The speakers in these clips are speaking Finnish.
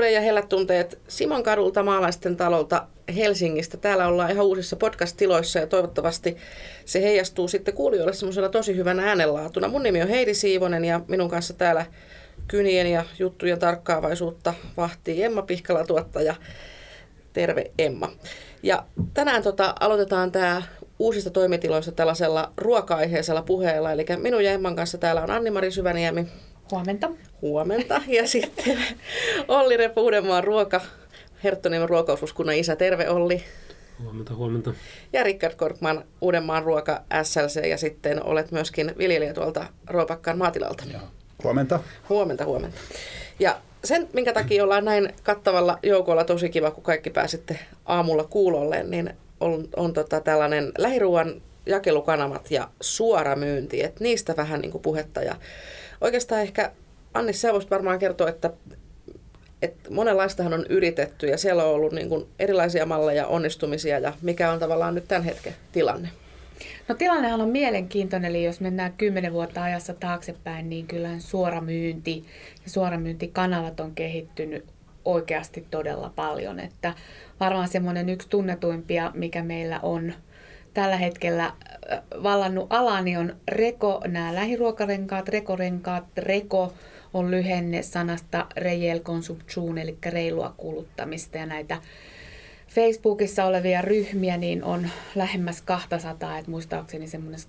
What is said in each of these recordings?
Terve ja hellät tunteet Simon kadulta Maalaisten talolta Helsingistä. Täällä ollaan ihan uusissa podcast-tiloissa ja toivottavasti se heijastuu sitten kuulijoille semmoisella tosi hyvän äänenlaatuna. Mun nimi on Heidi Siivonen ja minun kanssa täällä kynien ja juttujen tarkkaavaisuutta vahtii Emma Pihkala, tuottaja. Terve Emma. Ja tänään aloitetaan tämä uusista toimitiloista tällaisella ruoka-aiheisella puheella. Eli minun ja Emman kanssa täällä on Anni-Mari Syväniemi. Huomenta. Huomenta. Ja sitten Olli Repo, Uudenmaan Herttoniemen ruokaosuuskunnan isä. Terve Olli. Huomenta. Ja Rickard Korkman, Uudenmaan ruoka SLC, ja sitten olet myöskin viljelijä tuolta Ruopakkaan maatilalta. Huomenta. Huomenta. Ja sen, minkä takia ollaan näin kattavalla joukolla, tosi kiva, kun kaikki pääsitte aamulla kuulolle, niin on tällainen lähiruuan jakelukanavat ja suoramyynti, että niistä vähän niin kuin puhetta. Ja oikeastaan ehkä, Anni, sä voisit varmaan kertoa, että monenlaistahan on yritetty ja siellä on ollut niin kuin erilaisia malleja, onnistumisia ja mikä on tavallaan nyt tämän hetken tilanne? No tilannehan on mielenkiintoinen, eli jos mennään 10 vuotta ajassa taaksepäin, niin kyllähän suoramyynti ja suoramyyntikanavat on kehittynyt oikeasti todella paljon. Että varmaan semmoinen yksi tunnetuimpia, mikä meillä on tällä hetkellä vallannut ala, niin on Reko, nämä lähiruokarenkaat, Reko-renkaat. Reko on lyhenne sanasta Rejäl Konsumtion, eli reilua kuluttamista, ja näitä Facebookissa olevia ryhmiä niin on lähemmäs 200, että muistaakseni semmoinen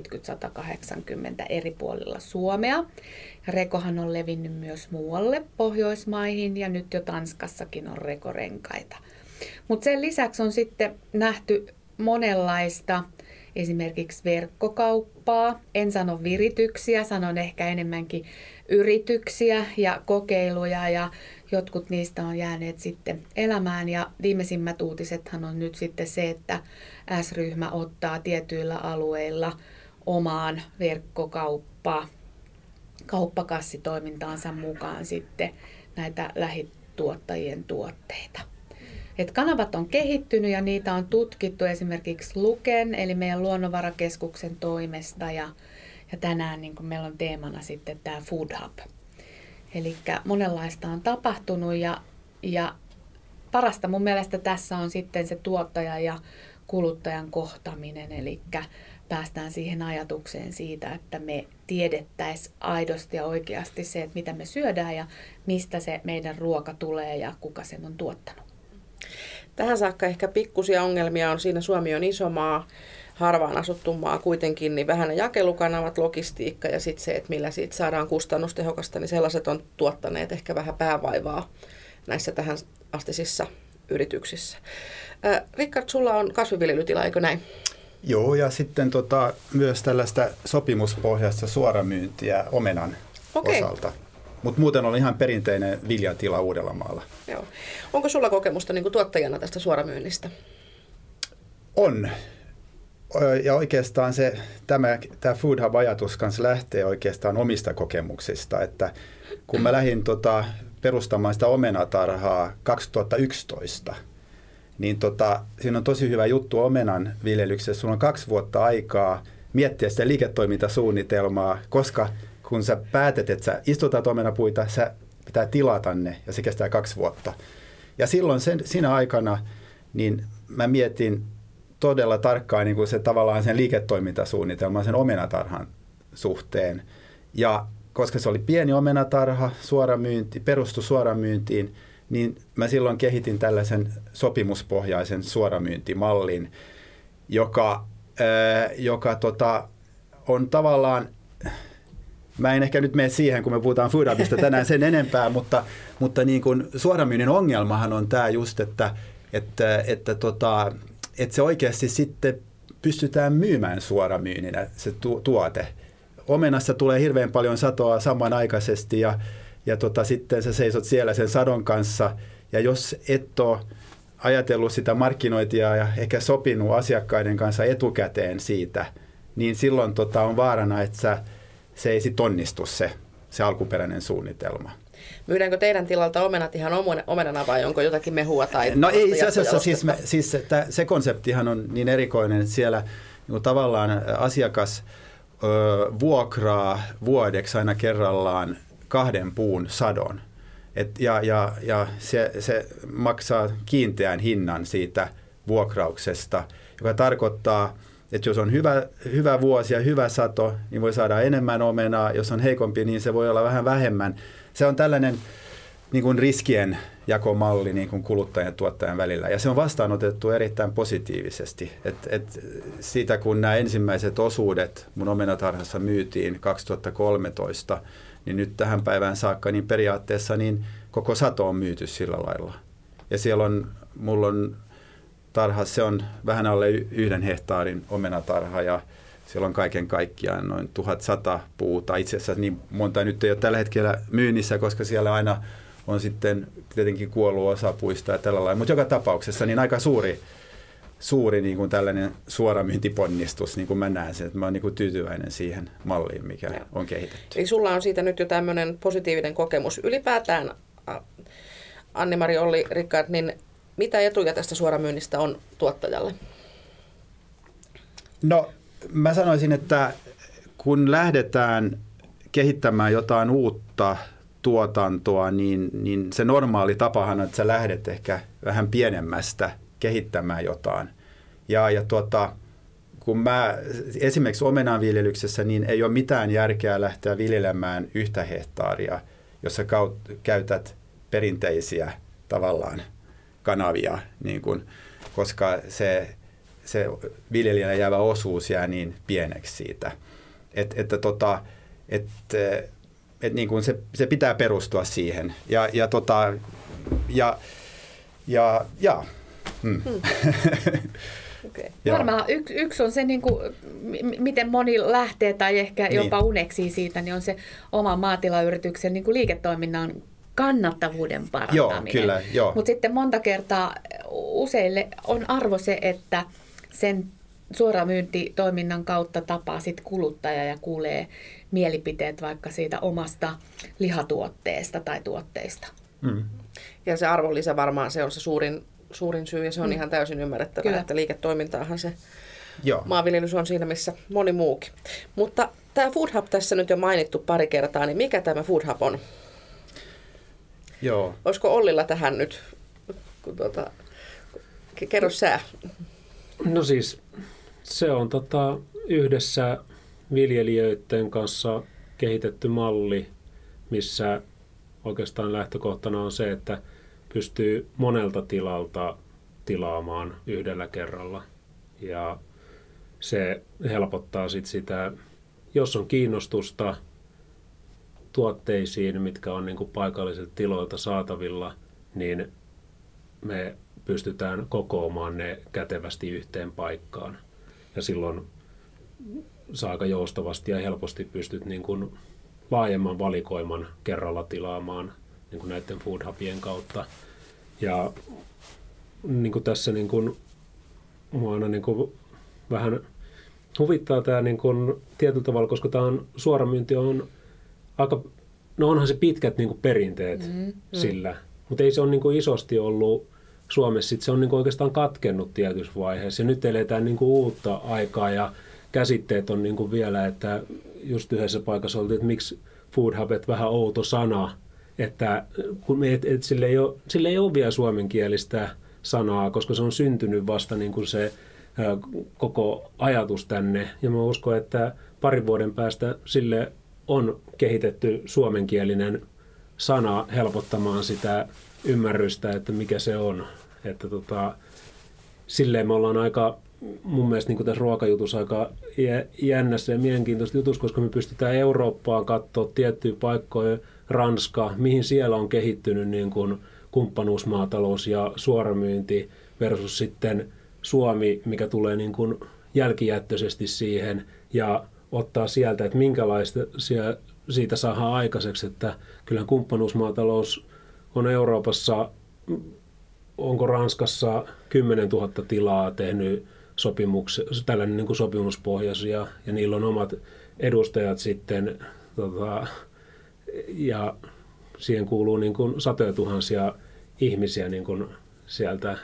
170-180 eri puolilla Suomea. Ja Rekohan on levinnyt myös muualle Pohjoismaihin ja nyt jo Tanskassakin on Reko-renkaita. Mutta sen lisäksi on sitten nähty monenlaista esimerkiksi verkkokauppaa. En sano virityksiä, sanon ehkä enemmänkin yrityksiä ja kokeiluja, ja jotkut niistä on jääneet sitten elämään, ja viimeisimmät uutisethan on nyt sitten se, että S-ryhmä ottaa tietyillä alueilla omaan kauppakassitoimintaansa mukaan sitten näitä lähituottajien tuotteita. Et kanavat on kehittynyt ja niitä on tutkittu esimerkiksi Luken, eli meidän luonnonvarakeskuksen toimesta, ja tänään niin kun meillä on teemana sitten tämä Food Hub. Eli monenlaista on tapahtunut ja parasta mun mielestä tässä on sitten se tuottaja ja kuluttajan kohtaminen, eli päästään siihen ajatukseen siitä, että me tiedettäisiin aidosti ja oikeasti se, että mitä me syödään ja mistä se meidän ruoka tulee ja kuka sen on tuottanut. Tähän saakka ehkä pikkusia ongelmia on siinä. Suomi on iso maa, harvaan asuttu maa kuitenkin, niin vähän ne jakelukanavat, logistiikka ja sitten se, että millä siitä saadaan kustannustehokasta, niin sellaiset on tuottaneet ehkä vähän päävaivaa näissä tähän astisissa yrityksissä. Rickard, sulla on kasvinviljelytila, eikö näin? Joo, ja sitten myös tällaista sopimuspohjaista suoramyyntiä omenan osalta. Mutta muuten on ihan perinteinen viljatila Uudellamaalla. Joo. Onko sulla kokemusta niin kuin tuottajana tästä suoramyynnistä? On. Ja oikeastaan tämä Food Hub-ajatus kanssa lähtee oikeastaan omista kokemuksista. Että kun mä lähdin perustamaan sitä omenatarhaa 2011, niin siinä on tosi hyvä juttu omenan viljelyksessä. Sulla on 2 vuotta aikaa miettiä sitä liiketoimintasuunnitelmaa, koska kun sä päätet, että sä istutat omenapuita, sä pitää tilata ne ja se kestää 2 vuotta. Ja silloin siinä aikana niin mä mietin todella tarkkaan niin kuin tavallaan sen liiketoimintasuunnitelman sen omenatarhan suhteen. Ja koska se oli pieni omenatarha, perustui suoramyyntiin, niin mä silloin kehitin tällaisen sopimuspohjaisen suoramyyntimallin, joka on tavallaan, mä en ehkä nyt mene siihen, kun me puhutaan Food Hubista tänään sen enempää, mutta niin kuin suoramyynnin ongelmahan on tämä just, että se oikeasti sitten pystytään myymään suoramyynninä se tuote. Omenassa tulee hirveän paljon satoa samanaikaisesti ja sitten sä seisot siellä sen sadon kanssa, ja jos et ole ajatellut sitä markkinointia ja ehkä sopinut asiakkaiden kanssa etukäteen siitä, niin silloin on vaarana, että se ei sit onnistu se alkuperäinen suunnitelma. Myydäänkö teidän tilalta omenat ihan omenana vai onko jotakin mehua tai... No ei, siis se konseptihan on niin erikoinen, että siellä niin tavallaan asiakas vuokraa vuodeksi aina kerrallaan 2 puun sadon. Ja se maksaa kiinteän hinnan siitä vuokrauksesta, joka tarkoittaa, että jos on hyvä vuosi ja hyvä sato, niin voi saada enemmän omenaa. Jos on heikompi, niin se voi olla vähän vähemmän. Se on tällainen niin kuin riskien jakomalli niin kuin kuluttajan ja tuottajan välillä. Ja se on vastaanotettu erittäin positiivisesti. Siitä kun nämä ensimmäiset osuudet mun omenatarhassa myytiin 2013, niin nyt tähän päivään saakka niin periaatteessa niin koko sato on myyty sillä lailla. Ja siellä mulla on tarha, se on vähän alle 1 hehtaarin omenatarha ja siellä on kaiken kaikkiaan noin 1100 puuta. Itse asiassa niin monta nyt ei ole tällä hetkellä myynnissä, koska siellä aina on sitten tietenkin kuollut osa puista ja tällä lailla. Mutta joka tapauksessa niin aika suuri niin kuin tällainen suoramyyntiponnistus, niin kuin mä näen sen, että mä oon niin kuin tyytyväinen siihen malliin, mikä on kehitetty. Eli sulla on siitä nyt jo tämmöinen positiivinen kokemus. Ylipäätään, Anni-Mari, Olli, Rickard, niin mitä etuja tästä suoramyynnistä on tuottajalle? No, mä sanoisin, että kun lähdetään kehittämään jotain uutta tuotantoa, niin se normaali tapahan on, että sä lähdet ehkä vähän pienemmästä kehittämään jotain. Kun mä esimerkiksi omenanviljelyksessä, niin ei ole mitään järkeä lähteä viljelemään 1 hehtaaria, jos sä käytät perinteisiä tavallaan kanavia, niin kun, koska se viljelijälle jäävä osuus jää niin pieneksi siitä. Niin kun se pitää perustua siihen. Okay. Varmaan yksi on se, niin kuin, miten moni lähtee tai ehkä jopa uneksii siitä, niin on se oman maatilayrityksen niin kuin liiketoiminnan kannattavuuden parantaminen. Mutta sitten monta kertaa useille on arvo se, että sen suoramyyntitoiminnan kautta tapaa sit kuluttaja ja kuulee mielipiteet vaikka siitä omasta lihatuotteesta tai tuotteista. Mm. Ja se arvonlisä varmaan se on se suurin syy ja se on ihan täysin ymmärrettävää, kyllä, että liiketoimintaahan se maanviljelys on siinä, missä moni muukin. Mutta tämä Food Hub tässä nyt jo mainittu pari kertaa, niin mikä tämä Food Hub on? Joo. Olisiko Ollilla tähän nyt, kerro sä. No siis se on yhdessä viljelijöiden kanssa kehitetty malli, missä oikeastaan lähtökohtana on se, että pystyy monelta tilalta tilaamaan yhdellä kerralla. Ja se helpottaa sitä, jos on kiinnostusta tuotteisiin, mitkä on niin kuin paikallisilta tiloilta saatavilla, niin me pystytään kokoamaan ne kätevästi yhteen paikkaan. Ja silloin sä aika joustavasti ja helposti pystyt niin kuin laajemman valikoiman kerralla tilaamaan niin kuin näiden Food Hubien kautta. Ja niin kuin tässä niin kuin, mua aina niin kuin vähän huvittaa tämä niin kuin tietyllä tavalla, koska tämä suoramyynti on aika, no onhan se pitkät niin kuin perinteet sillä, mutta ei se ole niin kuin isosti ollut Suomessa. Se on niin kuin oikeastaan katkennut tietyssä vaiheessa ja nyt eletään niin kuin uutta aikaa ja käsitteet on niin kuin vielä, että just yhdessä paikassa oltiin, että miksi Food Hub, että vähän outo sana, että sille ei ole vielä suomenkielistä sanaa, koska se on syntynyt vasta niin kuin se koko ajatus tänne. Ja mä uskon, että 2 vuoden päästä sille on kehitetty suomenkielinen sana helpottamaan sitä ymmärrystä, että mikä se on. Että silleen me ollaan aika, mun mielestä niin kuin tässä ruokajutussa aika jännässä ja mielenkiintoista jutussa, koska me pystytään Eurooppaan katsoa tiettyjä paikkoja, Ranska, mihin siellä on kehittynyt niin kuin kumppanuusmaatalous ja suoramyynti versus sitten Suomi, mikä tulee niin kuin jälkijättöisesti siihen ja ottaa sieltä, että minkälaista siitä saadaan aikaiseksi, että kyllähän kumppanuusmaatalous on Euroopassa, onko Ranskassa 10 000 tilaa tehnyt tällainen niin kuin sopimuspohjaisia ja niillä on omat edustajat sitten ja siihen kuuluu niin kuin satoja tuhansia ihmisiä niin kuin sieltä.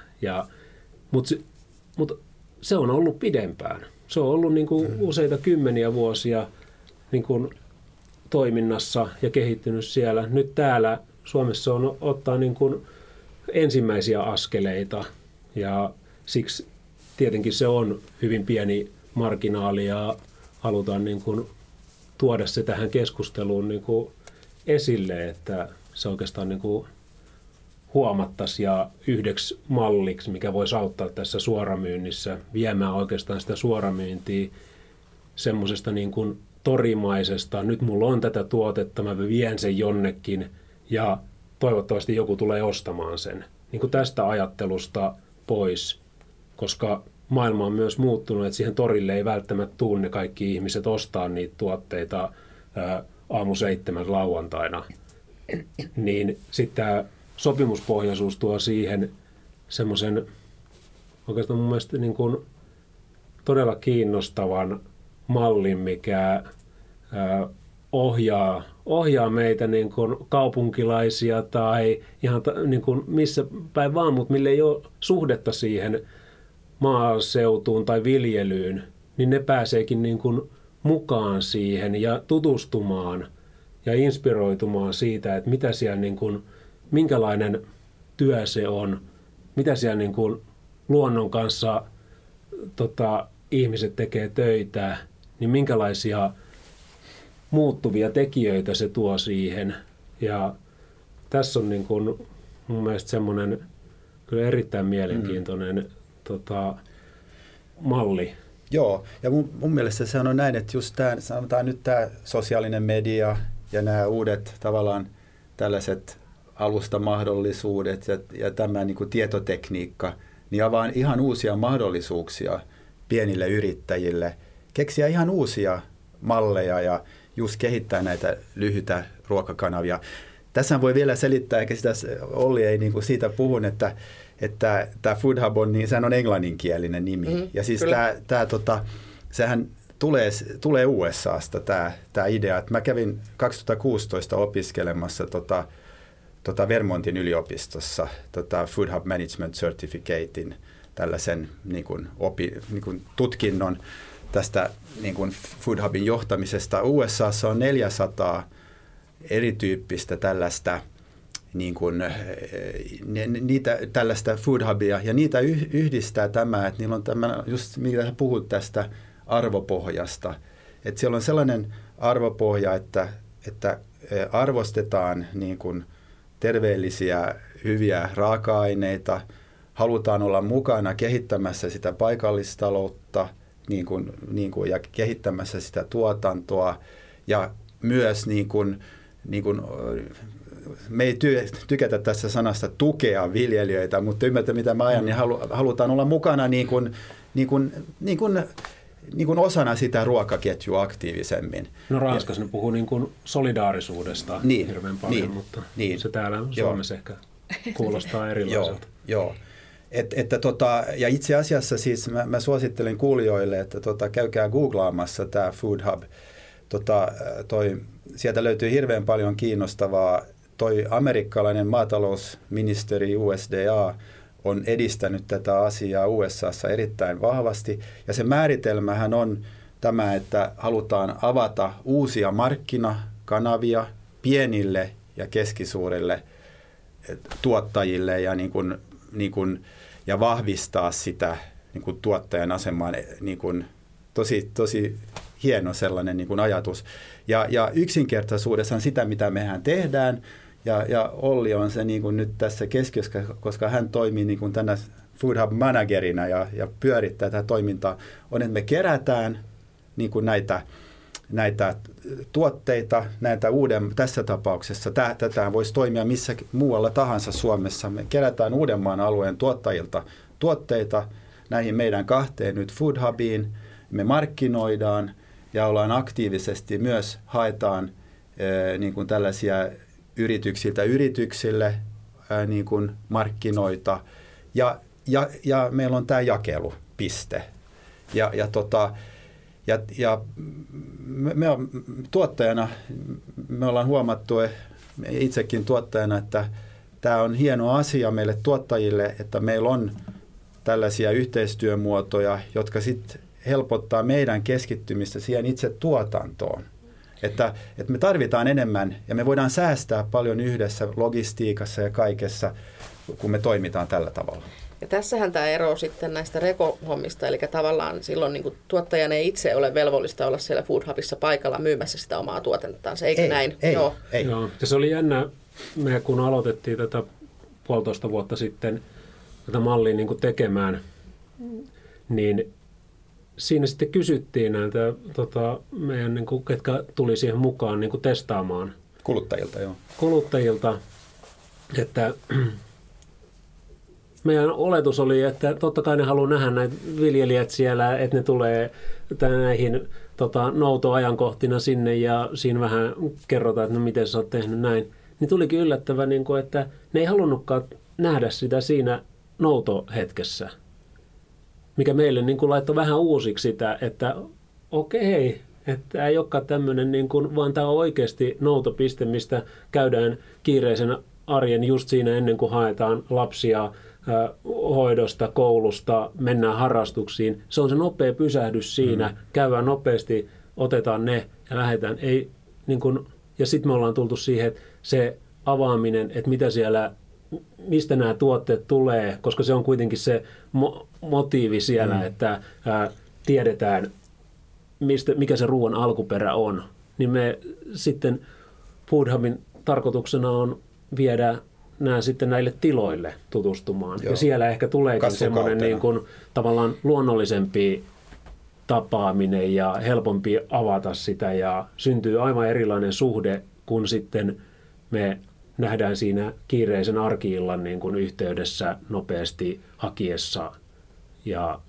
Mutta se on ollut pidempään. Se on ollut niin kuin useita kymmeniä vuosia niin kuin toiminnassa ja kehittynyt siellä. Nyt täällä Suomessa on ottaa niin kuin ensimmäisiä askeleita ja siksi tietenkin se on hyvin pieni marginaali ja halutaan niin kuin tuoda se tähän keskusteluun niin kuin esille, että se oikeastaan niin kuin huomattaisiin ja yhdeksi malliksi, mikä voisi auttaa tässä suoramyynnissä, viemään oikeastaan sitä suoramyyntiä semmoisesta niin kuin torimaisesta, nyt mulla on tätä tuotetta, mä vien sen jonnekin ja toivottavasti joku tulee ostamaan sen. Niin kuin tästä ajattelusta pois, koska maailma on myös muuttunut, että siihen torille ei välttämättä tule ne kaikki ihmiset ostaa niitä tuotteita 6:00 lauantaina. Niin sitten tämä sopimuspohjaisuus tuo siihen semmoisen oikeastaan mun mielestä niin kuin todella kiinnostavan mallin, mikä ohjaa meitä niin kuin kaupunkilaisia tai ihan niin kuin missä päin vaan, mutta millä ei ole suhdetta siihen maaseutuun tai viljelyyn, niin ne pääseekin niin kuin mukaan siihen ja tutustumaan ja inspiroitumaan siitä, että mitä siellä niin kuin, minkälainen työ se on, mitä siellä niin kuin luonnon kanssa ihmiset tekee töitä, niin minkälaisia muuttuvia tekijöitä se tuo siihen. Ja tässä on niin kuin mun mielestä semmoinen kyllä erittäin mielenkiintoinen malli. Joo, ja mun mielestä se on näin, että just tämä, sanotaan nyt tämä sosiaalinen media ja nämä uudet tavallaan tällaiset alustamahdollisuudet ja tämä niin kuin tietotekniikka, niin avaa ihan uusia mahdollisuuksia pienille yrittäjille keksiä ihan uusia malleja ja just kehittää näitä lyhyitä ruokakanavia. Tässä voi vielä selittää, eikä sitä Olli ei niin kuin siitä puhun, että tämä Food Hub on, niin sehän on englanninkielinen nimi. Ja siis sehän tulee USAsta tämä idea. Että mä kävin 2016 opiskelemassa Vermontin yliopistossa Food Hub Management Certificatein tällaisen niin kuin tutkinnon tästä niin kuin Food Hubin johtamisesta. USAssa on 400 erityyppistä tällaista niin kuin, tällaista Food Hubia, ja niitä yhdistää tämä, että niillä on tämä, just mitä sä puhut tästä arvopohjasta, että siellä on sellainen arvopohja, että arvostetaan niin kuin terveellisiä, hyviä raaka-aineita, halutaan olla mukana kehittämässä sitä paikallistaloutta niin kuin, ja kehittämässä sitä tuotantoa, ja myös niin kuin, me ei tykätä tässä sanasta tukea viljelijöitä, mutta ymmärrät mitä mä ajan, niin halutaan olla mukana niin kuin osana sitä ruokaketjua aktiivisemmin. No Ranskassa ne puhuu niin kuin solidaarisuudesta hirveän paljon, mutta se täällä Suomessa ehkä kuulostaa erilaiselta. Joo. Ja itse asiassa siis mä suosittelen kuulijoille, että käykää googlaamassa tämä Food Hub. Sieltä löytyy hirveän paljon kiinnostavaa. Toi amerikkalainen maatalousministeri USDA on edistänyt tätä asiaa USAssa erittäin vahvasti. Ja se määritelmähän on tämä, että halutaan avata uusia markkinakanavia pienille ja keskisuurille tuottajille ja, ja vahvistaa sitä niin kuin tuottajan asemaa. Niin kuin, tosi hieno sellainen niin kuin ajatus. Ja yksinkertaisuudessaan sitä, mitä mehän tehdään, ja Olli on se niin kuin nyt tässä keskiössä, koska hän toimii niin kuin tänä Food Hub managerina ja pyörittää tätä toimintaa, on, että me kerätään niin kuin näitä tuotteita, tässä tapauksessa, tätä voisi toimia missä muualla tahansa Suomessa. Me kerätään Uudenmaan alueen tuottajilta tuotteita näihin meidän 2 nyt Food Hubiin, me markkinoidaan ja ollaan aktiivisesti myös haetaan niin kuin tällaisia yrityksiltä yrityksille niin kuin markkinoita ja meillä on tämä jakelupiste ja me tuottajana me ollaan huomattu itsekin tuottajana, että tämä on hieno asia meille tuottajille, että meillä on tällaisia yhteistyömuotoja, jotka sitten helpottaa meidän keskittymistä siihen itse tuotantoon. Että me tarvitaan enemmän ja me voidaan säästää paljon yhdessä logistiikassa ja kaikessa, kun me toimitaan tällä tavalla. Ja tässähän tämä ero sitten näistä rekohommista, eli tavallaan silloin niin kuin tuottajan ei itse ole velvollista olla siellä Food Hubissa paikalla myymässä sitä omaa tuotantoansa, eikö näin? Ei. Joo. Ja se oli jännä, me kun aloitettiin tätä 1,5 vuotta sitten tätä mallia niin kuin tekemään, niin siinä sitten kysyttiin näiltä meidän, niin kuin, ketkä tuli siihen mukaan niin kuin testaamaan. Kuluttajilta, että meidän oletus oli, että totta kai ne haluaa nähdä näitä viljelijät siellä, että ne tulee näihin noutoajankohtina sinne ja siinä vähän kerrotaan, että no miten sä oot tehnyt näin. Niin tulikin yllättävä, niin kuin, että ne ei halunnutkaan nähdä sitä siinä noutohetkessä, mikä meille niin kuin laittoi vähän uusiksi sitä, että okei, että ei olekaan tämmöinen, niin kuin, vaan tämä on oikeasti noutopiste, mistä käydään kiireisen arjen just siinä ennen kuin haetaan lapsia hoidosta, koulusta, mennään harrastuksiin. Se on se nopea pysähdys siinä, käydään nopeasti, otetaan ne ja lähdetään. Ei, niin kuin, ja sitten me ollaan tultu siihen, että se avaaminen, että mitä siellä, mistä nämä tuotteet tulee, koska se on kuitenkin se motiivi siellä, että tiedetään, mikä se ruoan alkuperä on. Niin me sitten Food Hubin tarkoituksena on viedä nämä sitten näille tiloille tutustumaan. Joo. Ja siellä ehkä tuleekin semmoinen niin kuin, tavallaan luonnollisempi tapaaminen ja helpompi avata sitä ja syntyy aivan erilainen suhde, kun sitten me nähdään siinä kiireisen arki-illan niin kuin yhteydessä nopeasti hakiessa ja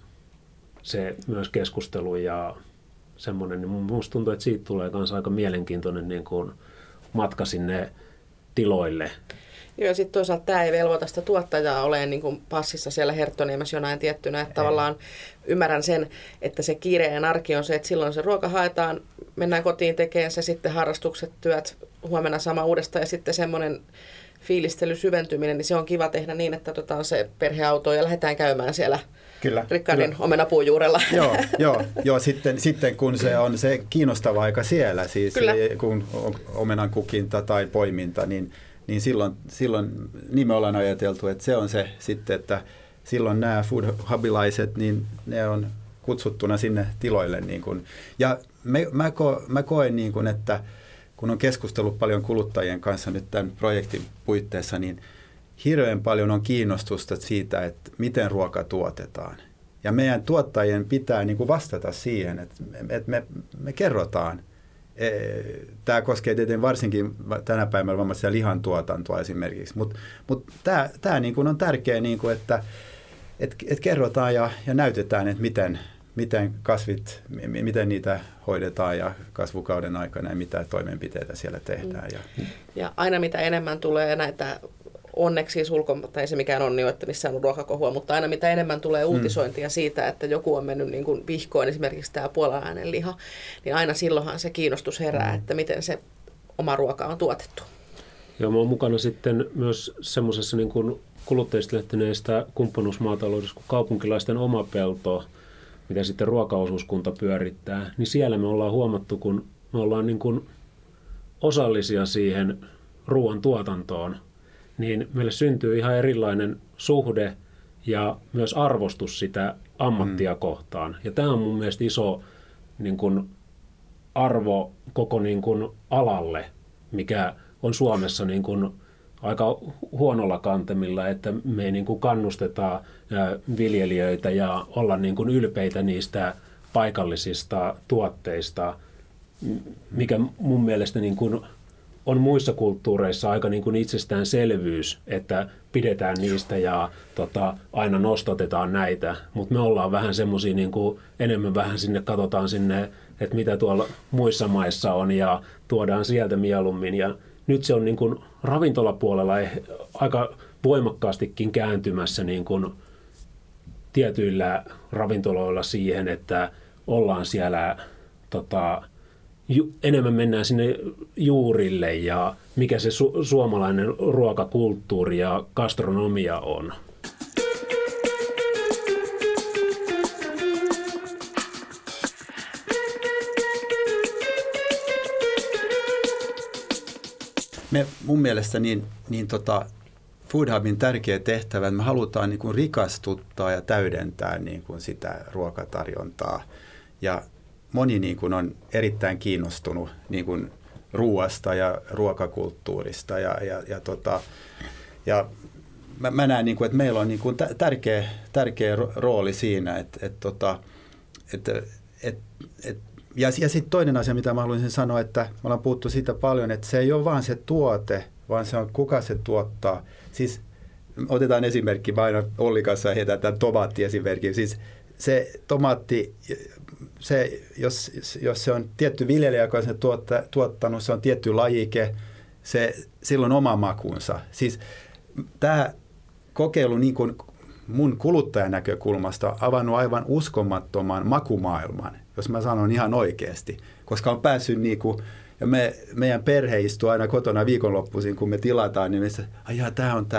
se myös keskustelu ja semmoinen, niin minusta tuntuu, että siitä tulee myös aika mielenkiintoinen niin kuin matka sinne tiloille. Joo, ja sitten toisaalta tämä ei velvoita sitä tuottajaa olemaan niin kuin passissa siellä Herttoniemessä jonain tiettynä, että tavallaan ymmärrän sen, että se kiireinen arki on se, että silloin se ruoka haetaan, mennään kotiin tekemään se, sitten harrastukset, työt, huomenna sama uudestaan ja sitten semmoinen fiilistely, syventyminen, niin se on kiva tehdä niin, että otetaan se perheauto ja lähdetään käymään siellä Rickardin omenapuujuurella. Joo, sitten kun se on se kiinnostava aika siellä, siis kun on omenan kukinta tai poiminta, niin silloin niin me ollaan ajateltu, että se on se sitten, että silloin nämä Food Hubilaiset, niin ne on kutsuttuna sinne tiloille. Niin kuin. Ja mä koen, niin kuin, että kun on keskustellut paljon kuluttajien kanssa nyt tämän projektin puitteissa, niin hirveän paljon on kiinnostusta siitä, että miten ruoka tuotetaan. Ja meidän tuottajien pitää niin kuin vastata siihen, että me kerrotaan. Tämä koskee tietenkin varsinkin tänä päivänä vammaisia lihantuotantoa esimerkiksi, mutta tämä niin kuin on tärkeää, niin kuin, että kerrotaan ja näytetään, että miten kasvit, miten niitä hoidetaan ja kasvukauden aikana ja mitä toimenpiteitä siellä tehdään. Ja aina mitä enemmän tulee näitä, onneksi siis tai ei se mikään onni ole, että missään on ruokakohua, mutta aina mitä enemmän tulee uutisointia siitä, että joku on mennyt niin kuin vihkoon, esimerkiksi tämä puolalainen liha, niin aina silloinhan se kiinnostus herää, että miten se oma ruoka on tuotettu. Joo, mä oon mukana sitten myös semmoisessa niin kuin kuluttajista lähteneestä kumppanuusmaataloudessa kuin kaupunkilaisten oma pelto, mitä sitten ruokaosuuskunta pyörittää, niin siellä me ollaan huomattu, kun me ollaan niin kuin osallisia siihen ruoan tuotantoon, niin meille syntyy ihan erilainen suhde ja myös arvostus sitä ammattia kohtaan. Ja tämä on mun mielestä iso niin kuin arvo koko niin kuin alalle, mikä on Suomessa niin kuin aika huonolla kantemilla, että me ei niin kuin kannusteta viljelijöitä ja olla niin kuin ylpeitä niistä paikallisista tuotteista, mikä mun mielestä niin kuin on muissa kulttuureissa aika niin kuin itsestäänselvyys, että pidetään niistä ja aina nostatetaan näitä, mutta me ollaan vähän semmoisia niin kuin enemmän vähän sinne, katsotaan sinne, että mitä tuolla muissa maissa on ja tuodaan sieltä mieluummin ja nyt se on niin kuin ravintolapuolella aika voimakkaastikin kääntymässä niin kuin tietyillä ravintoloilla siihen, että ollaan siellä enemmän mennään sinne juurille ja mikä se suomalainen ruokakulttuuri ja gastronomia on. mun mielestä Food Hubin tärkeä tehtävä, että me halutaan niin kuin rikastuttaa ja täydentää niin kuin sitä ruokatarjontaa. Ja moni niin kuin on erittäin kiinnostunut niin kuin ruoasta ja ruokakulttuurista. Ja mä näen, niin kuin, että meillä on niin kuin tärkeä rooli siinä. Ja sitten toinen asia, mitä mä haluaisin sanoa, että me ollaan puhuttu siitä paljon, että se ei ole vaan se tuote, vaan se on kuka se tuottaa. Siis otetaan esimerkki, mä aina Olli kanssa heitän tämän tomaattiesimerkin. Siis se tomaatti, jos se on tietty viljelijä, joka on sen tuottanut, se on tietty lajike, sillä on oma makunsa. Siis tämä kokeilu niin kuin mun kuluttajan näkökulmasta avannut aivan uskomattoman makumaailman, jos mä sanon ihan oikeasti, koska on päässyt ja meidän perhe istuu aina kotona viikonloppuisin, kun me tilataan, niin tämä on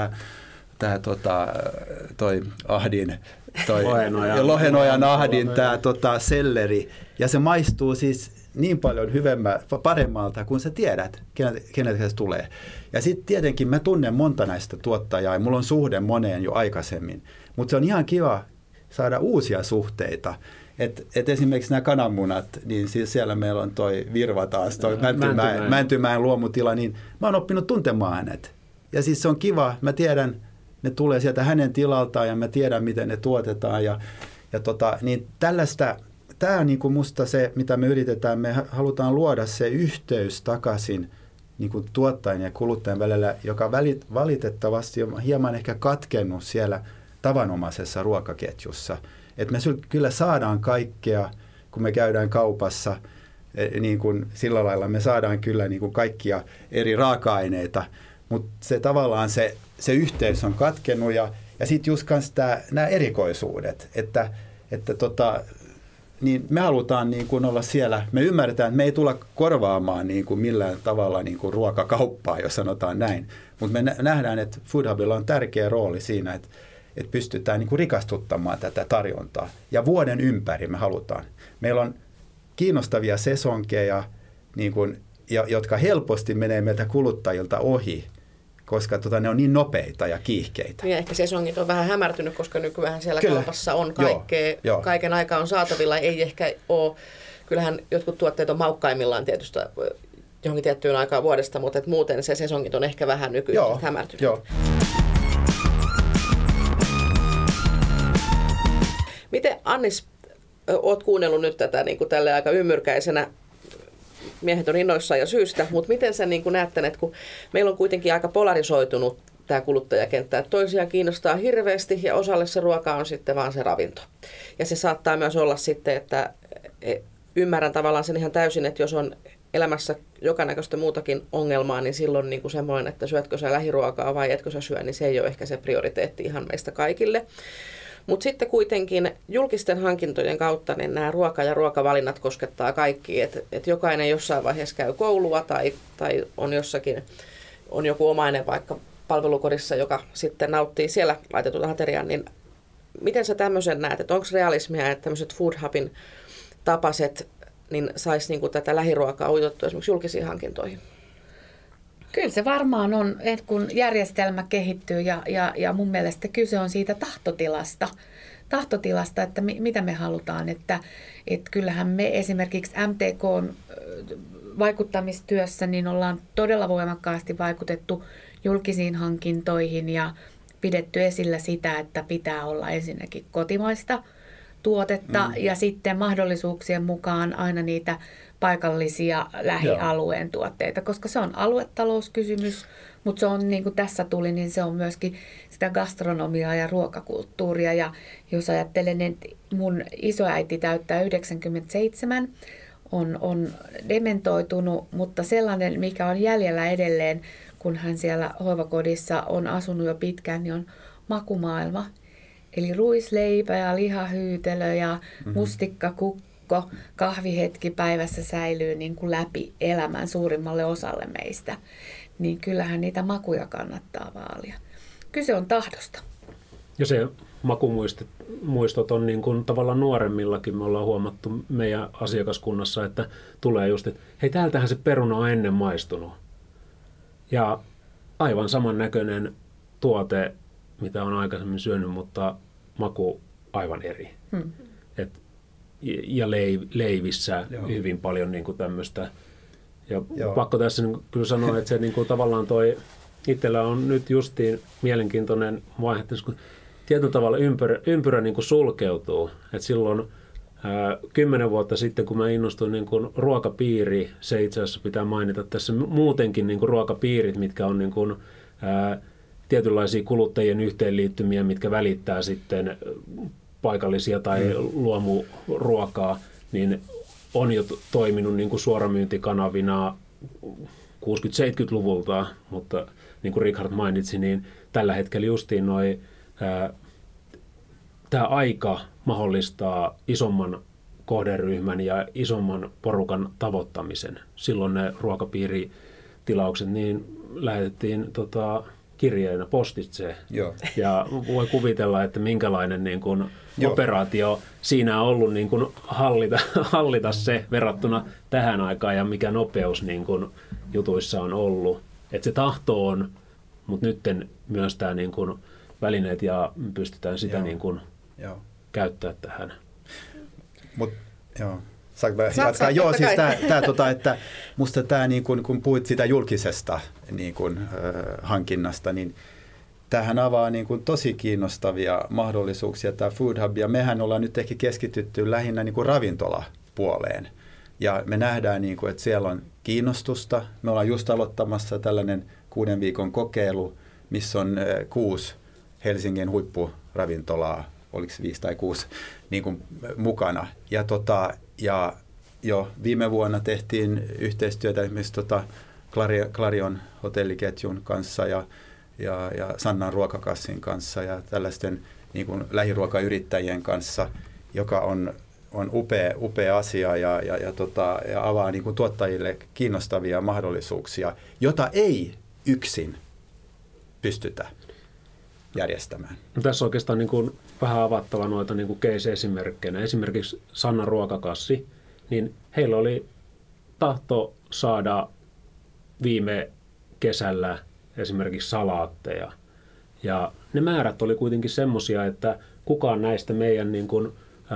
toi Ahdin, Lohenojan Ahdin, tämä selleri. Ja se maistuu siis niin paljon paremmalta, kun sä tiedät, keneltä se tulee. Ja sitten tietenkin mä tunnen monta näistä tuottajaa, ja mulla on suhde moneen jo aikaisemmin. Mutta se on ihan kiva saada uusia suhteita. Et esimerkiksi nämä kananmunat, niin siis siellä meillä on toi Virva taas, toi Mäntymäen luomutila, niin mä oon oppinut tuntemaan hänet. Ja siis se on kiva, mä tiedän, ne tulee sieltä hänen tilaltaan ja mä tiedän, miten ne tuotetaan. Niin tällaista, tämä on niin kuin musta se, mitä me yritetään, me halutaan luoda se yhteys takaisin niin kuin tuottajan ja kuluttajan välillä, joka valitettavasti on hieman ehkä katkennut siellä tavanomaisessa ruokaketjussa. Että me kyllä saadaan kaikkea, kun me käydään kaupassa, niin kuin sillä lailla me saadaan kyllä niin kuin kaikkia eri raaka-aineita, mutta se tavallaan se yhteys on katkennut ja sitten just nämä erikoisuudet, että niin me halutaan niin kuin olla siellä, me ymmärretään, että me ei tulla korvaamaan niin kuin millään tavalla niin kuin ruokakauppaa, jos sanotaan näin, mutta me nähdään, että Food Hubilla on tärkeä rooli siinä, että pystytään niin kuin rikastuttamaan tätä tarjontaa. Ja vuoden ympäri me halutaan. Meillä on kiinnostavia sesonkeja, niin kuin, jotka helposti menee meiltä kuluttajilta ohi, koska ne on niin nopeita ja kiihkeitä. Ja ehkä sesongit on vähän hämärtynyt, koska nykyään siellä kaupassa on kaikkea, kaiken aikaa on saatavilla. Ei ehkä ole, kyllähän jotkut tuotteet on maukkaimmillaan tietysti johonkin tiettyyn aikaan vuodesta, mutta et muuten se sesongit on ehkä vähän nykyään hämärtynyt. Joo. Miten, Annis, olet kuunnellut nyt tätä niin kuin tälle aika ymmyrkäisenä, miehet on innoissaan ja syystä, mutta miten sä niin kuin näet tämän, että kun meillä on kuitenkin aika polarisoitunut tämä kuluttajakenttä, että toisia kiinnostaa hirveästi ja osalle se ruoka on sitten vaan se ravinto. Ja se saattaa myös olla sitten, että ymmärrän tavallaan sen ihan täysin, että jos on elämässä jokanäköistä muutakin ongelmaa, niin silloin niin kuin semmoinen, että syötkö sä lähiruokaa vai etkö sä syö, niin se ei ole ehkä se prioriteetti ihan meistä kaikille. Mutta sitten kuitenkin julkisten hankintojen kautta niin nämä ruoka- ja ruokavalinnat koskettaa kaikki, että jokainen jossain vaiheessa käy koulua tai on joku omainen vaikka palvelukodissa, joka sitten nauttii siellä laitetun aterian, niin miten sä tämmöisen näet, että onko realismia, että tämmöiset Food Hubin tapaset niin saisi niinku tätä lähiruokaa uitettua esimerkiksi julkisiin hankintoihin? Kyllä se varmaan on, että kun järjestelmä kehittyy ja mun mielestä kyse on siitä tahtotilasta, että mitä me halutaan. Että kyllähän me esimerkiksi MTK:n vaikuttamistyössä niin ollaan todella voimakkaasti vaikutettu julkisiin hankintoihin ja pidetty esillä sitä, että pitää olla ensinnäkin kotimaista tuotetta ja sitten mahdollisuuksien mukaan aina niitä paikallisia lähialueen tuotteita, koska se on aluetalouskysymys, mutta se on niin kuin tässä tuli, niin se on myöskin sitä gastronomiaa ja ruokakulttuuria. Ja jos ajattelen, että mun isoäiti täyttää 97, on dementoitunut, mutta sellainen, mikä on jäljellä edelleen, kun hän siellä hoivakodissa on asunut jo pitkään, niin on makumaailma. Eli ruisleipä ja lihahyytelö ja mustikkakukko, kahvihetki päivässä säilyy niin kuin läpi elämän suurimmalle osalle meistä. Niin kyllähän niitä makuja kannattaa vaalia. Kyse on tahdosta. Ja se makumuistot on niin kuin tavallaan nuoremmillakin. Me ollaan huomattu meidän asiakaskunnassa, että tulee just, että hei, täältähän se peruna on ennen maistunut. Ja aivan samannäköinen tuote, mitä on aikaisemmin syönyt, mutta maku aivan eri. Ja leivissä hyvin paljon niin kuin tämmöistä. Ja pakko tässä niin kyllä sanoa, että se niin kuin tavallaan itsellä on nyt justiin mielenkiintoinen vaihe, että tietyllä tavalla ympyrä niin kuin sulkeutuu. Et silloin 10 vuotta sitten, kun mä innostuin niin kuin ruokapiiri, se itse asiassa pitää mainita tässä muutenkin niin kuin ruokapiirit, mitkä on niin kuin, tietynlaisia kuluttajien yhteenliittymiä, mitkä välittää sitten paikallisia tai luomuruokaa, niin on jo toiminut niin kuin suoramyyntikanavina 60-70-luvulta, mutta niin kuin Richard mainitsi, niin tällä hetkellä justiin tämä aika mahdollistaa isomman kohderyhmän ja isomman porukan tavoittamisen. Silloin ne ruokapiiritilaukset niin lähetettiin kirjeenä postitse. Ja voi kuvitella, että minkälainen niin kuin operaatio siinä on ollut niin kuin hallita se verrattuna tähän aikaan ja mikä nopeus niin kuin jutuissa on ollut. Että se tahto on, mutta nyt myös tämä niin kuin välineet ja pystytään sitä niin kuin käyttää tähän. Jatkaa. Joo, siis että musta tämä, niin kun puhuit sitä julkisesta niin kun, hankinnasta, niin tämähän avaa niin kun, tosi kiinnostavia mahdollisuuksia tämä Food Hub, ja mehän ollaan nyt ehkä keskitytty lähinnä niin kun ravintolapuoleen. Ja me nähdään, niin kun, että siellä on kiinnostusta. Me ollaan just aloittamassa tällainen 6 viikon kokeilu, missä on 6 Helsingin huippuravintolaa, oliko 5 tai 6 niin kuin mukana. Ja jo viime vuonna tehtiin yhteistyötä esimerkiksi Clarion hotelliketjun kanssa ja Sannan ruokakassin kanssa ja tällaisten niin kuin lähiruokayrittäjien kanssa, joka on upea asia ja avaa niin kuin tuottajille kiinnostavia mahdollisuuksia, jota ei yksin pystytä järjestämään. No, tässä oikeastaan niin kuin vähän avattava noita niin kuin case-esimerkkeinä. Esimerkiksi Sannan ruokakassi, niin heillä oli tahto saada viime kesällä esimerkiksi salaatteja. Ja ne määrät oli kuitenkin semmoisia, että kukaan näistä meidän niin kuin,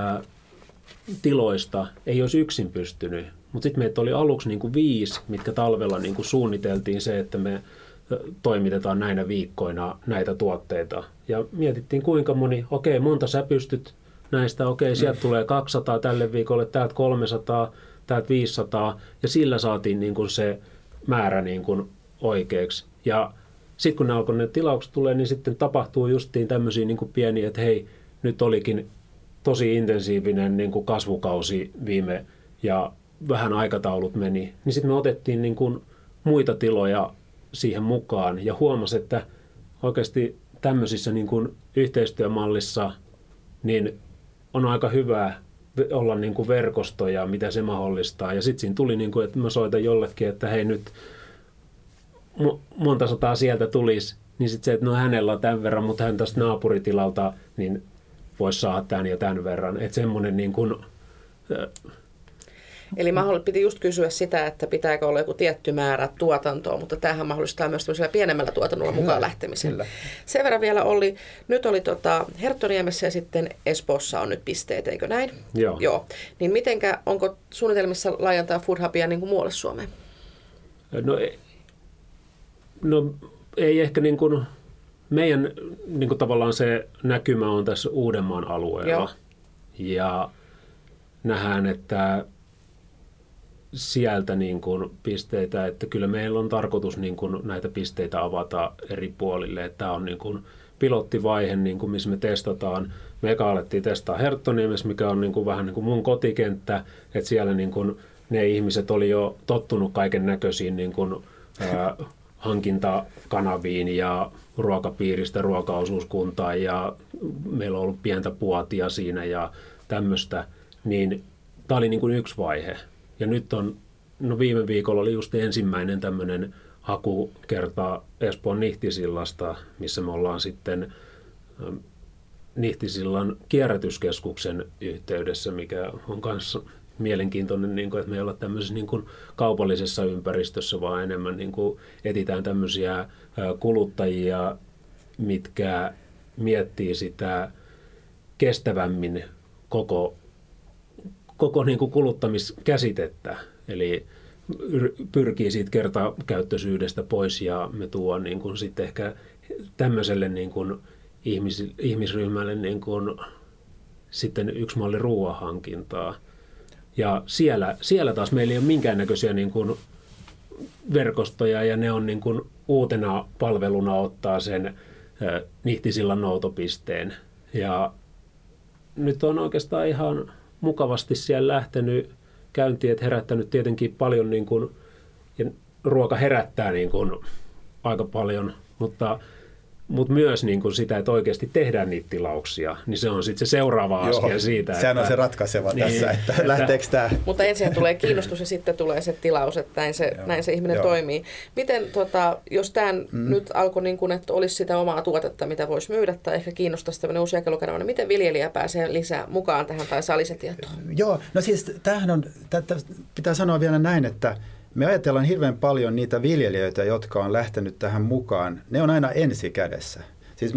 tiloista ei olisi yksin pystynyt. Mutta sitten meitä oli aluksi niin kuin 5, mitkä talvella niin kuin suunniteltiin se, että me toimitetaan näinä viikkoina näitä tuotteita. Ja mietittiin kuinka monta sä pystyt näistä, sieltä tulee 200 tälle viikolle, täältä 300, täältä 500, ja sillä saatiin niin kuin se määrä niin kuin oikeaksi. Ja sitten kun ne tilaukset tulee, niin sitten tapahtuu justiin tämmöisiä niin kuin pieniä, että hei, nyt olikin tosi intensiivinen niin kuin kasvukausi viime, ja vähän aikataulut meni, niin sitten me otettiin niin kuin muita tiloja siihen mukaan ja huomasi, että oikeasti tämmöisissä niin kuin yhteistyömallissa niin on aika hyvä olla niin kuin verkostoja, mitä se mahdollistaa. Ja sitten siinä tuli, niin kuin, että mä soitan jollekin, että hei nyt monta sataa sieltä tulisi, niin sitten se, että no hänellä on tämän verran, mutta hän tästä naapuritilalta niin voisi saada tämän ja tämän verran. Että semmoinen niin kuin eli piti just kysyä sitä, että pitääkö olla joku tietty määrä tuotantoa, mutta tämähän mahdollistaa myös tämmöisellä pienemmällä tuotannolla mukaan lähtemisen. Kyllä. Sen verran vielä nyt oli Herttoniemessä ja sitten Espoossa on nyt pisteet, eikö näin? Joo. Niin onko suunnitelmissa laajentaa Food Hubia niin kuin muualle Suomeen? No ei ehkä niin kuin, meidän niin kuin tavallaan se näkymä on tässä Uudenmaan alueella. Joo. Ja nähdään, että sieltä niin kuin pisteitä, että kyllä meillä on tarkoitus niin kuin näitä pisteitä avata eri puolille. Että tämä on niin kuin pilottivaihe, niin kuin missä me testataan. Me eka alettiin testaa Herttoniemessä, mikä on niin kuin vähän niin kuin mun kotikenttä, että siellä niin kuin ne ihmiset oli jo tottunut kaiken näköisiin niin kuin, hankintakanaviin ja ruokapiiristä ruokaosuuskuntaan ja meillä on ollut pientä puotia siinä ja tämmöistä, niin tämä oli niin kuin yksi vaihe. Ja nyt viime viikolla oli just ensimmäinen tämmöinen hakukerta Espoon Nihtisillasta, missä me ollaan sitten Nihtisillan kierrätyskeskuksen yhteydessä, mikä on kanssa mielenkiintoinen, niin kuin, että me ei olla tämmöisessä niin kuin kaupallisessa ympäristössä, vaan enemmän niin kuin etsitään tämmöisiä kuluttajia, mitkä miettii sitä kestävämmin koko niin kuin kuluttamiskäsitettä. Eli pyrkii siitä kertakäyttöisyydestä pois ja me tuodaan niin kuin sitten ehkä tämmöiselle niin kuin ihmisryhmälle niin kuin sitten yksi malli ruoanhankintaa. Ja siellä taas meillä ei ole minkäännäköisiä niin kuin verkostoja ja ne on niin kuin uutena palveluna ottaa sen Nihtisillan noutopisteen. Ja nyt on oikeastaan ihan mukavasti siellä lähtenyt käyntiin, että herättänyt tietenkin paljon, niin kuin, ja ruoka herättää niin kuin aika paljon, mutta myös niin kuin sitä, että oikeasti tehdään niitä tilauksia, niin se on sitten se seuraava askel siitä. Sehän on se ratkaiseva tässä, että lähteekö tämä. Mutta ensin tulee kiinnostus ja sitten tulee se tilaus, että näin se ihminen toimii. Miten, jos tämä nyt alkoi, niin kuin, että olisi sitä omaa tuotetta, mitä voisi myydä tai ehkä kiinnostaisi tämmöinen uusi jakelukanava, niin miten viljelijä pääsee lisää mukaan tähän tai saa lisätietoa? Joo, no siis tätä pitää sanoa vielä näin, että me ajatellaan hirveän paljon niitä viljelijöitä, jotka on lähtenyt tähän mukaan. Ne on aina ensikädessä. Siis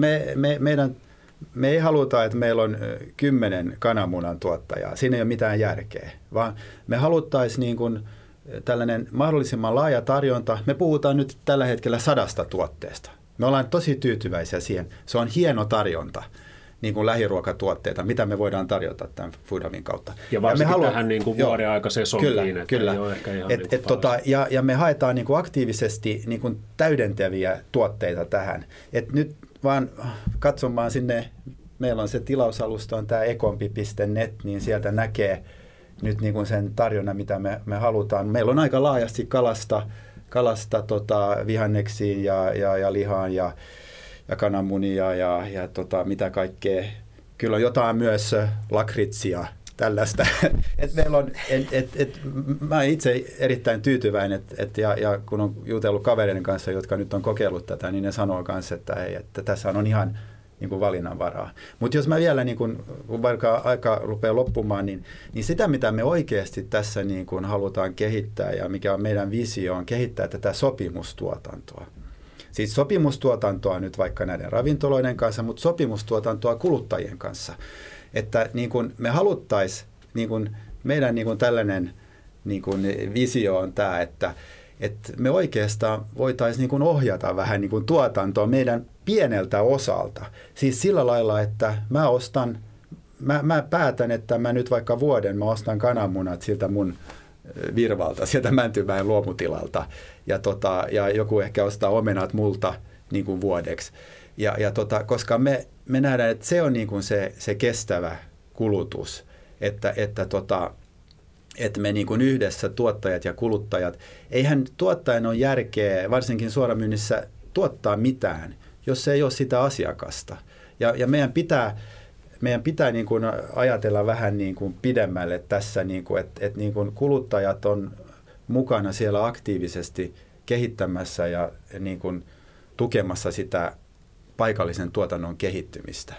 me ei haluta, että meillä on 10 kananmunan tuottajaa. Siinä ei ole mitään järkeä, vaan me haluttaisiin niin kuin tällainen mahdollisimman laaja tarjonta. Me puhutaan nyt tällä hetkellä 100 tuotteesta. Me ollaan tosi tyytyväisiä siihen. Se on hieno tarjonta. Niin kuin lähiruokatuotteita, mitä me voidaan tarjota tämän Food Hubin kautta. Ja varsinkin tähän niin kuin vuoden aikaiseen sesonkiin. Kyllä. Ja me haetaan niin kuin aktiivisesti niin kuin täydentäviä tuotteita tähän. Et nyt vaan katsomaan sinne, meillä on se tilausalusta, on tämä ekompi.net, niin sieltä näkee nyt niin kuin sen tarjonnan, mitä me halutaan. Meillä on aika laajasti kalasta vihanneksiin ja lihaan ja kananmunia ja mitä kaikkea. Kyllä on jotain myös lakritsia, tällaista. Mä olen itse erittäin tyytyväinen, ja kun on jutellut kavereiden kanssa, jotka nyt on kokeillut tätä, niin ne sanoo myös, että tässä on ihan niin kuin valinnanvaraa. Mutta jos mä vielä, niin kun vaikka aika rupeaa loppumaan, niin sitä, mitä me oikeasti tässä niin kun halutaan kehittää, ja mikä on meidän visio, on kehittää tätä sopimustuotantoa. Siis sopimustuotantoa nyt vaikka näiden ravintoloiden kanssa, mutta sopimustuotantoa kuluttajien kanssa. Että niin kun me haluttaisiin, niin kun meidän niin kun tällainen niin kun visio on tämä, että me oikeastaan voitaisiin niin kun ohjata vähän niin kun tuotantoa meidän pieneltä osalta. Siis sillä lailla, että mä päätän, että mä nyt vaikka vuoden mä ostan kananmunat siltä mun Virvalta, sieltä Mäntymäen luomutilalta, ja joku ehkä ostaa omenat multa niin kuin vuodeksi. Koska me nähdään, että se on niin kuin se kestävä kulutus, että me niin kuin yhdessä tuottajat ja kuluttajat, eihän tuottajan ole järkeä, varsinkin suoramyynnissä, tuottaa mitään, jos ei ole sitä asiakasta. Ja meidän pitää niin kuin ajatella vähän niin kuin pidemmälle tässä, niin kuin, että niin kuin kuluttajat on mukana siellä aktiivisesti kehittämässä ja niin kuin tukemassa sitä paikallisen tuotannon kehittymistä.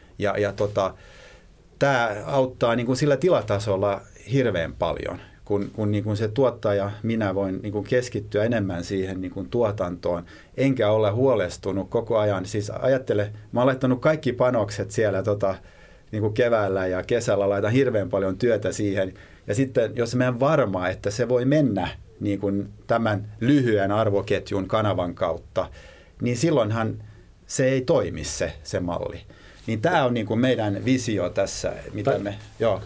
Tämä auttaa niin kuin sillä tilatasolla hirveän paljon, kun niin kuin se tuottaja, minä voin niin kuin keskittyä enemmän siihen niin kuin tuotantoon, enkä ole huolestunut koko ajan. Siis ajattele, mä olen laittanut kaikki panokset siellä niin kuin keväällä ja kesällä, laitan hirveän paljon työtä siihen. Ja sitten, jos mä en varma, että se voi mennä niin kuin tämän lyhyen arvoketjun kanavan kautta, niin silloinhan se ei toimi se malli. Niin tämä on niin kuin meidän visio tässä, mitä me... Joo.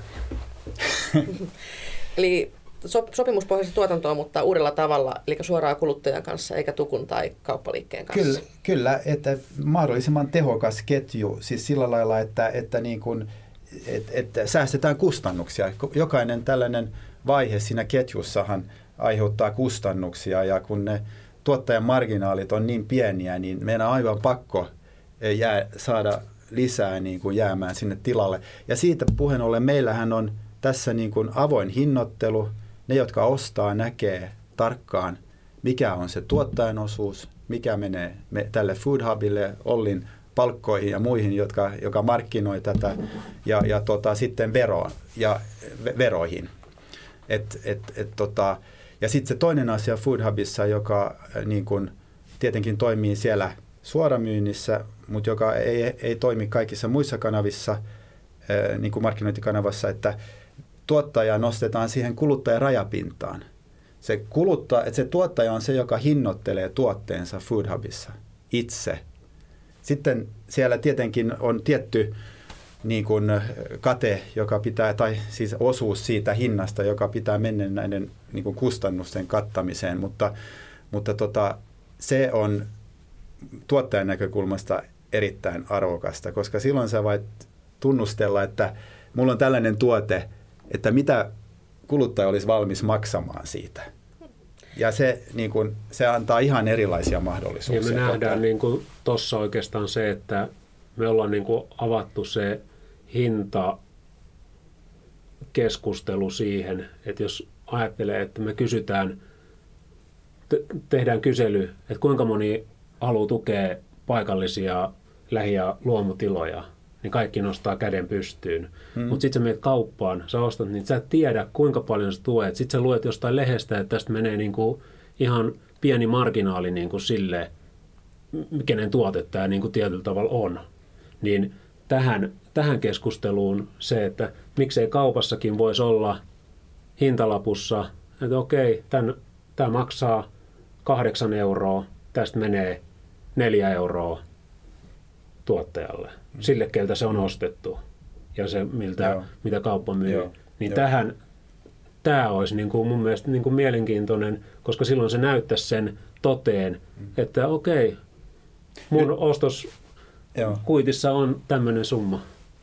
Eli sopimuspohjaista tuotantoa, mutta uudella tavalla, eli suoraan kuluttajan kanssa, eikä tukun tai kauppaliikkeen kanssa. Kyllä, että mahdollisimman tehokas ketju, siis sillä lailla, että niin kuin, että säästetään kustannuksia. Jokainen tällainen vaihe siinä ketjussahan aiheuttaa kustannuksia, ja kun ne tuottajan marginaalit on niin pieniä, niin meidän on aivan pakko saada lisää niin kuin jäämään sinne tilalle. Ja siitä puheen ollen meillähän on tässä niin kuin avoin hinnoittelu. Ne, jotka ostaa, näkee tarkkaan, mikä on se tuottajan osuus, mikä menee tälle Food Hubille, Ollin palkkoihin ja muihin, joka markkinoi tätä, ja sitten veroihin. Ja sitten se toinen asia Food Hubissa, joka niin kun, tietenkin toimii siellä suoramyynnissä, mutta joka ei toimi kaikissa muissa kanavissa, niin kuin markkinointikanavassa, että tuottaja nostetaan siihen kuluttajan rajapintaan. Se tuottaja on se, joka hinnoittelee tuotteensa Food Hubissa itse. Sitten siellä tietenkin on tietty niin kuin kate, joka pitää, tai siis osuus siitä hinnasta, joka pitää mennä näiden niin kuin kustannusten kattamiseen, mutta se on tuottajan näkökulmasta erittäin arvokasta, koska silloin sä voit tunnustella, että mulla on tällainen tuote, että mitä kuluttaja olisi valmis maksamaan siitä. Ja se antaa ihan erilaisia mahdollisuuksia. Ja me nähdään tuossa oikeastaan se, että me ollaan avattu se hintakeskustelu siihen, että jos ajattelee, että me tehdään kysely, että kuinka moni haluaa tukea paikallisia lähi- ja luomutiloja, niin kaikki nostaa käden pystyyn. Mutta sitten sä menet kauppaan, sä ostat, niin sä et tiedä, kuinka paljon sä tuet. Sitten sä luet jostain lehdestä, että tästä menee ihan pieni marginaali sille, kenen tuote tämä tietyllä tavalla on. Niin tähän keskusteluun se, että miksei kaupassakin voisi olla hintalapussa, että okei, tämä maksaa 8 €, tästä menee 4 € tuottajalle, sille keltä se on ostettu ja se mitä kauppa myy. Joo. Niin tämä olisi mun mielestä mielenkiintoinen, koska silloin se näyttäisi sen toteen, että okei, mun ostoskuitissa on tämmöinen summa.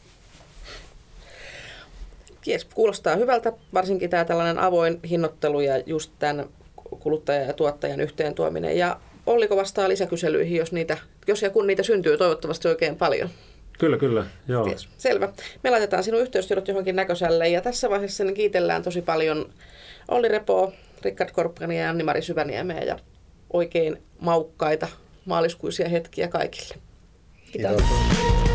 Jes, kuulostaa hyvältä, varsinkin tämä tällainen avoin hinnoittelu ja just tämän kuluttajan ja tuottajan yhteen tuominen. Ja Olliko vastaa lisäkyselyihin, jos ja kun niitä syntyy toivottavasti oikein paljon? Kyllä, joo. Yes, selvä. Me laitetaan sinun yhteystiedot johonkin näköiselle ja tässä vaiheessa niin kiitellään tosi paljon Olli Repoa, Rickard Korppania ja Anni-Mari Syväniemeä ja oikein maukkaita maaliskuisia hetkiä kaikille. Kiitos.